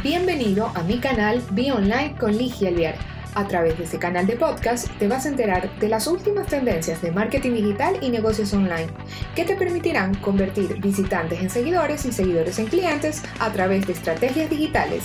Bienvenido a mi canal Be Online con Ligia Alviar. A través de este canal de podcast te vas a enterar de las últimas tendencias de marketing digital y negocios online que te permitirán convertir visitantes en seguidores y seguidores en clientes a través de estrategias digitales.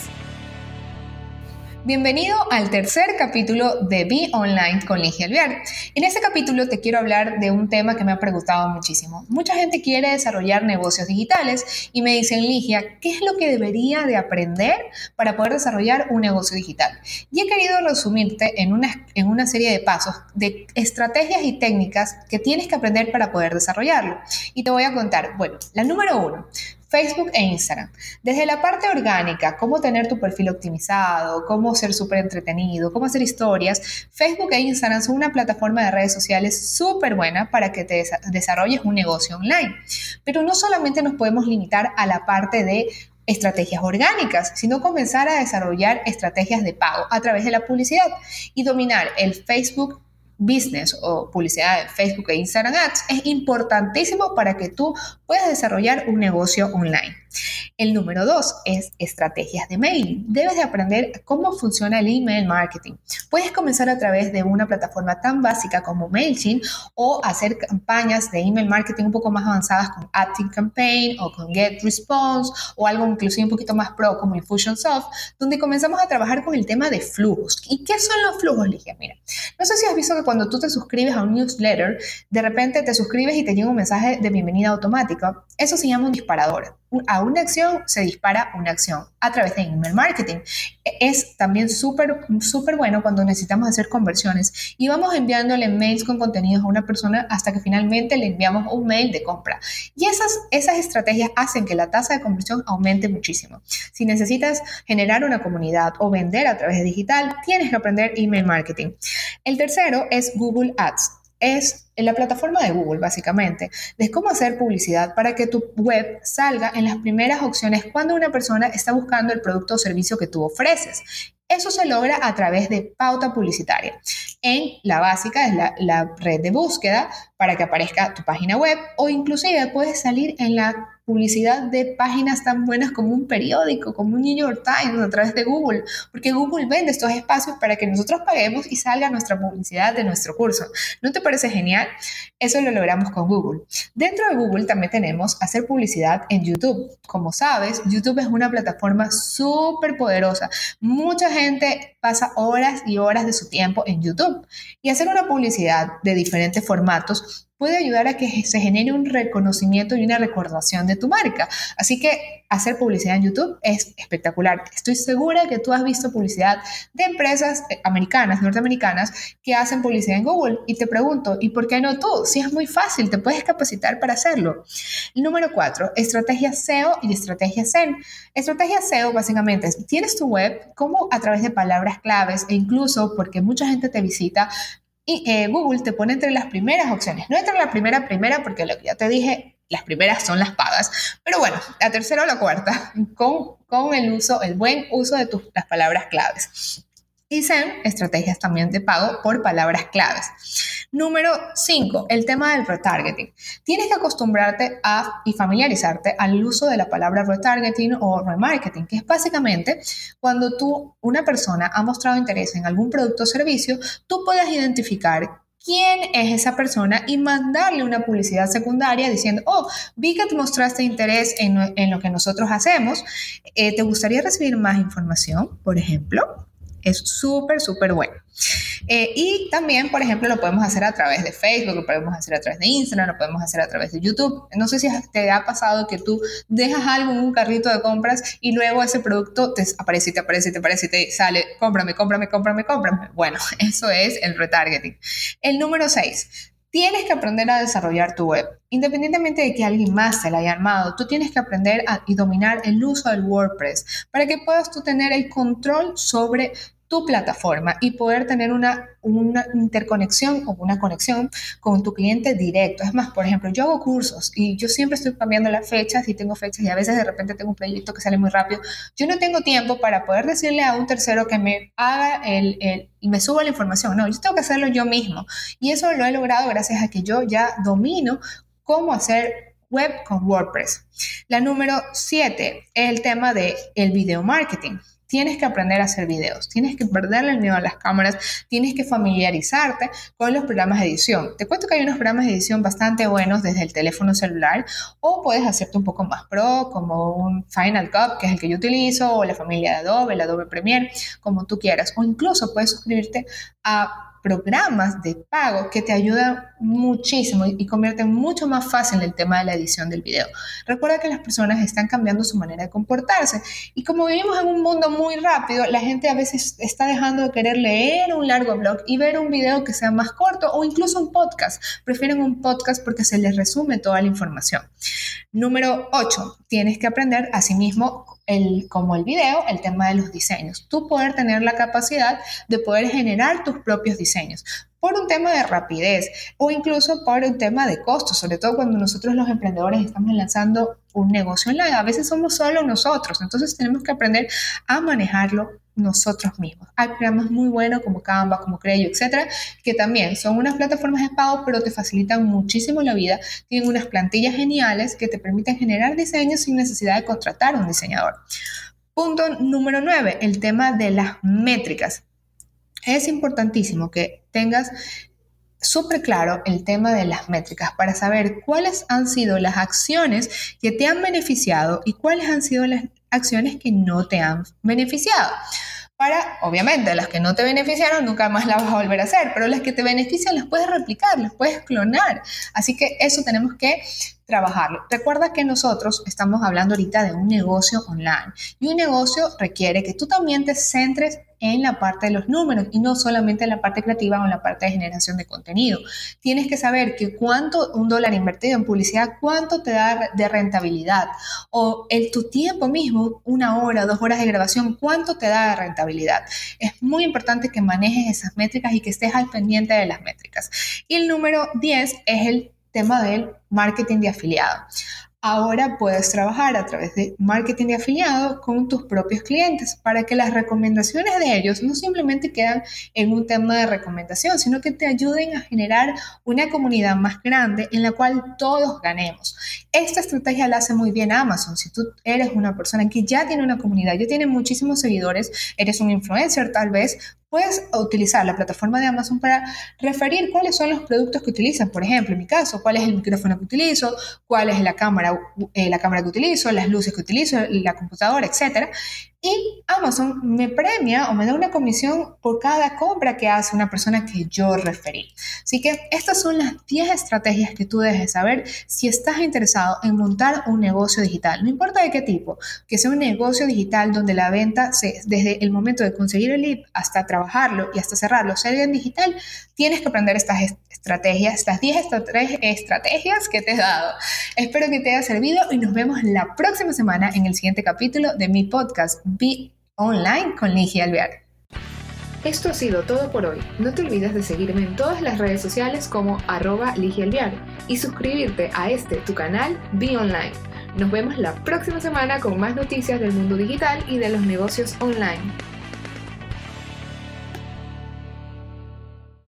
Bienvenido al tercer capítulo de Be Online con Ligia Alviar. En este capítulo te quiero hablar de un tema que me ha preguntado muchísimo. Mucha gente quiere desarrollar negocios digitales y me dicen, Ligia, ¿qué es lo que debería de aprender para poder desarrollar un negocio digital? Y he querido resumirte en una serie de pasos, de estrategias y técnicas que tienes que aprender para poder desarrollarlo. Y te voy a contar, la número 1. Facebook e Instagram. Desde la parte orgánica, cómo tener tu perfil optimizado, cómo ser súper entretenido, cómo hacer historias, Facebook e Instagram son una plataforma de redes sociales súper buena para que te desarrolles un negocio online. Pero no solamente nos podemos limitar a la parte de estrategias orgánicas, sino comenzar a desarrollar estrategias de pago a través de la publicidad y dominar el Facebook Business o publicidad de Facebook e Instagram Ads es importantísimo para que tú puedas desarrollar un negocio online. El número 2 es estrategias de mailing. Debes de aprender cómo funciona el email marketing. Puedes comenzar a través de una plataforma tan básica como MailChimp o hacer campañas de email marketing un poco más avanzadas con ActiveCampaign o con GetResponse o algo inclusive un poquito más pro como Infusionsoft, donde comenzamos a trabajar con el tema de flujos. ¿Y qué son los flujos, Ligia? Mira, no sé si has visto que cuando tú te suscribes a un newsletter, de repente te suscribes y te llega un mensaje de bienvenida automática. Eso se llama un disparador. A una acción se dispara una acción a través de email marketing. Es también súper bueno cuando necesitamos hacer conversiones y vamos enviándole mails con contenidos a una persona hasta que finalmente le enviamos un mail de compra. Y esas estrategias hacen que la tasa de conversión aumente muchísimo. Si necesitas generar una comunidad o vender a través de digital, tienes que aprender email marketing. El tercero es Google Ads. Es en la plataforma de Google, básicamente, de cómo hacer publicidad para que tu web salga en las primeras opciones cuando una persona está buscando el producto o servicio que tú ofreces. Eso se logra a través de pauta publicitaria. En la básica es la red de búsqueda para que aparezca tu página web o inclusive puedes salir en la publicidad de páginas tan buenas como un periódico, como un New York Times a través de Google, porque Google vende estos espacios para que nosotros paguemos y salga nuestra publicidad de nuestro curso. ¿No te parece genial? Eso lo logramos con Google. Dentro de Google también tenemos hacer publicidad en YouTube. Como sabes, YouTube es una plataforma súper poderosa. Mucha gente pasa horas y horas de su tiempo en YouTube y hacer una publicidad de diferentes formatos puede ayudar a que se genere un reconocimiento y una recordación de tu marca. Así que hacer publicidad en YouTube es espectacular. Estoy segura que tú has visto publicidad de empresas americanas, norteamericanas, que hacen publicidad en Google. Y te pregunto, ¿y por qué no tú? Si es muy fácil, te puedes capacitar para hacerlo. Número 4, estrategia SEO y estrategia SEM. Estrategia SEO básicamente es, tienes tu web como a través de palabras claves e incluso porque mucha gente te visita, y Google te pone entre las primeras opciones. No entre la primera porque lo que ya te dije, las primeras son las pagas. Pero bueno, la tercera o la cuarta, con el buen uso de las palabras claves. Y SEM, estrategias también de pago por palabras claves. Número 5, el tema del retargeting. Tienes que acostumbrarte y familiarizarte al uso de la palabra retargeting o remarketing, que es básicamente cuando una persona ha mostrado interés en algún producto o servicio, tú puedes identificar quién es esa persona y mandarle una publicidad secundaria diciendo, vi que te mostraste interés en lo que nosotros hacemos, ¿te gustaría recibir más información, por ejemplo? Es súper bueno. Y también, por ejemplo, lo podemos hacer a través de Facebook, lo podemos hacer a través de Instagram, lo podemos hacer a través de YouTube. No sé si te ha pasado que tú dejas algo en un carrito de compras y luego ese producto te aparece y te sale, cómprame. Bueno, eso es el retargeting. El número 6. Tienes que aprender a desarrollar tu web. Independientemente de que alguien más te la haya armado, tú tienes que aprender y dominar el uso del WordPress para que puedas tú tener el control sobre tu plataforma y poder tener una interconexión o una conexión con tu cliente directo. Es más, por ejemplo, yo hago cursos y yo siempre estoy cambiando las fechas y tengo fechas y a veces de repente tengo un proyecto que sale muy rápido. Yo no tengo tiempo para poder decirle a un tercero que me haga y me suba la información. No, yo tengo que hacerlo yo mismo y eso lo he logrado gracias a que yo ya domino cómo hacer web con WordPress. La número 7 es el tema del video marketing. Tienes que aprender a hacer videos, tienes que perderle el miedo a las cámaras, tienes que familiarizarte con los programas de edición. Te cuento que hay unos programas de edición bastante buenos desde el teléfono celular o puedes hacerte un poco más pro como un Final Cut, que es el que yo utilizo, o la familia de Adobe, el Adobe Premiere, como tú quieras. O incluso puedes suscribirte a programas de pago que te ayudan muchísimo y convierten mucho más fácil el tema de la edición del video. Recuerda que las personas están cambiando su manera de comportarse y como vivimos en un mundo muy rápido, la gente a veces está dejando de querer leer un largo blog y ver un video que sea más corto o incluso un podcast. Prefieren un podcast porque se les resume toda la información. Número 8. Tienes que aprender asimismo como el video, el tema de los diseños. Tú poder tener la capacidad de poder generar tus propios diseños por un tema de rapidez o incluso por un tema de costos, sobre todo cuando nosotros los emprendedores estamos lanzando un negocio online. A veces somos solo nosotros, entonces tenemos que aprender a manejarlo nosotros mismos. Hay programas muy buenos como Canva, como Crayon, etcétera, que también son unas plataformas de pago, pero te facilitan muchísimo la vida. Tienen unas plantillas geniales que te permiten generar diseños sin necesidad de contratar a un diseñador. Punto número 9, el tema de las métricas. Es importantísimo que tengas súper claro el tema de las métricas para saber cuáles han sido las acciones que te han beneficiado y cuáles han sido las acciones que no te han beneficiado. Para, obviamente, las que no te beneficiaron nunca más las vas a volver a hacer, pero las que te benefician las puedes replicar, las puedes clonar. Así que eso tenemos que trabajarlo. Recuerda que nosotros estamos hablando ahorita de un negocio online y un negocio requiere que tú también te centres en la parte de los números y no solamente en la parte creativa o en la parte de generación de contenido. Tienes que saber que cuánto un dólar invertido en publicidad, cuánto te da de rentabilidad, o tu tiempo mismo, 1 hora, 2 horas de grabación, cuánto te da de rentabilidad. Es muy importante que manejes esas métricas y que estés al pendiente de las métricas. Y el número 10 es el tema del marketing de afiliado. Ahora puedes trabajar a través de marketing de afiliado con tus propios clientes para que las recomendaciones de ellos no simplemente quedan en un tema de recomendación, sino que te ayuden a generar una comunidad más grande en la cual todos ganemos. Esta estrategia la hace muy bien Amazon. Si tú eres una persona que ya tiene una comunidad, ya tiene muchísimos seguidores, eres un influencer tal vez, puedes utilizar la plataforma de Amazon para referir cuáles son los productos que utilizan. Por ejemplo, en mi caso, cuál es el micrófono que utilizo, cuál es la cámara que utilizo, las luces que utilizo, la computadora, etc. Y Amazon me premia o me da una comisión por cada compra que hace una persona que yo referí. Así que estas son las 10 estrategias que tú debes saber si estás interesado en montar un negocio digital. No importa de qué tipo, que sea un negocio digital donde la venta, desde el momento de conseguir el lead hasta trabajarlo y hasta cerrarlo, sea en digital, tienes que aprender estas estrategias, estas 10 estrategias que te he dado. Espero que te haya servido y nos vemos la próxima semana en el siguiente capítulo de mi podcast Be Online con Ligia Alvear. Esto ha sido todo por hoy. No te olvides de seguirme en todas las redes sociales como @LigiaAlvear y suscribirte a tu canal Be Online. Nos vemos la próxima semana con más noticias del mundo digital y de los negocios online.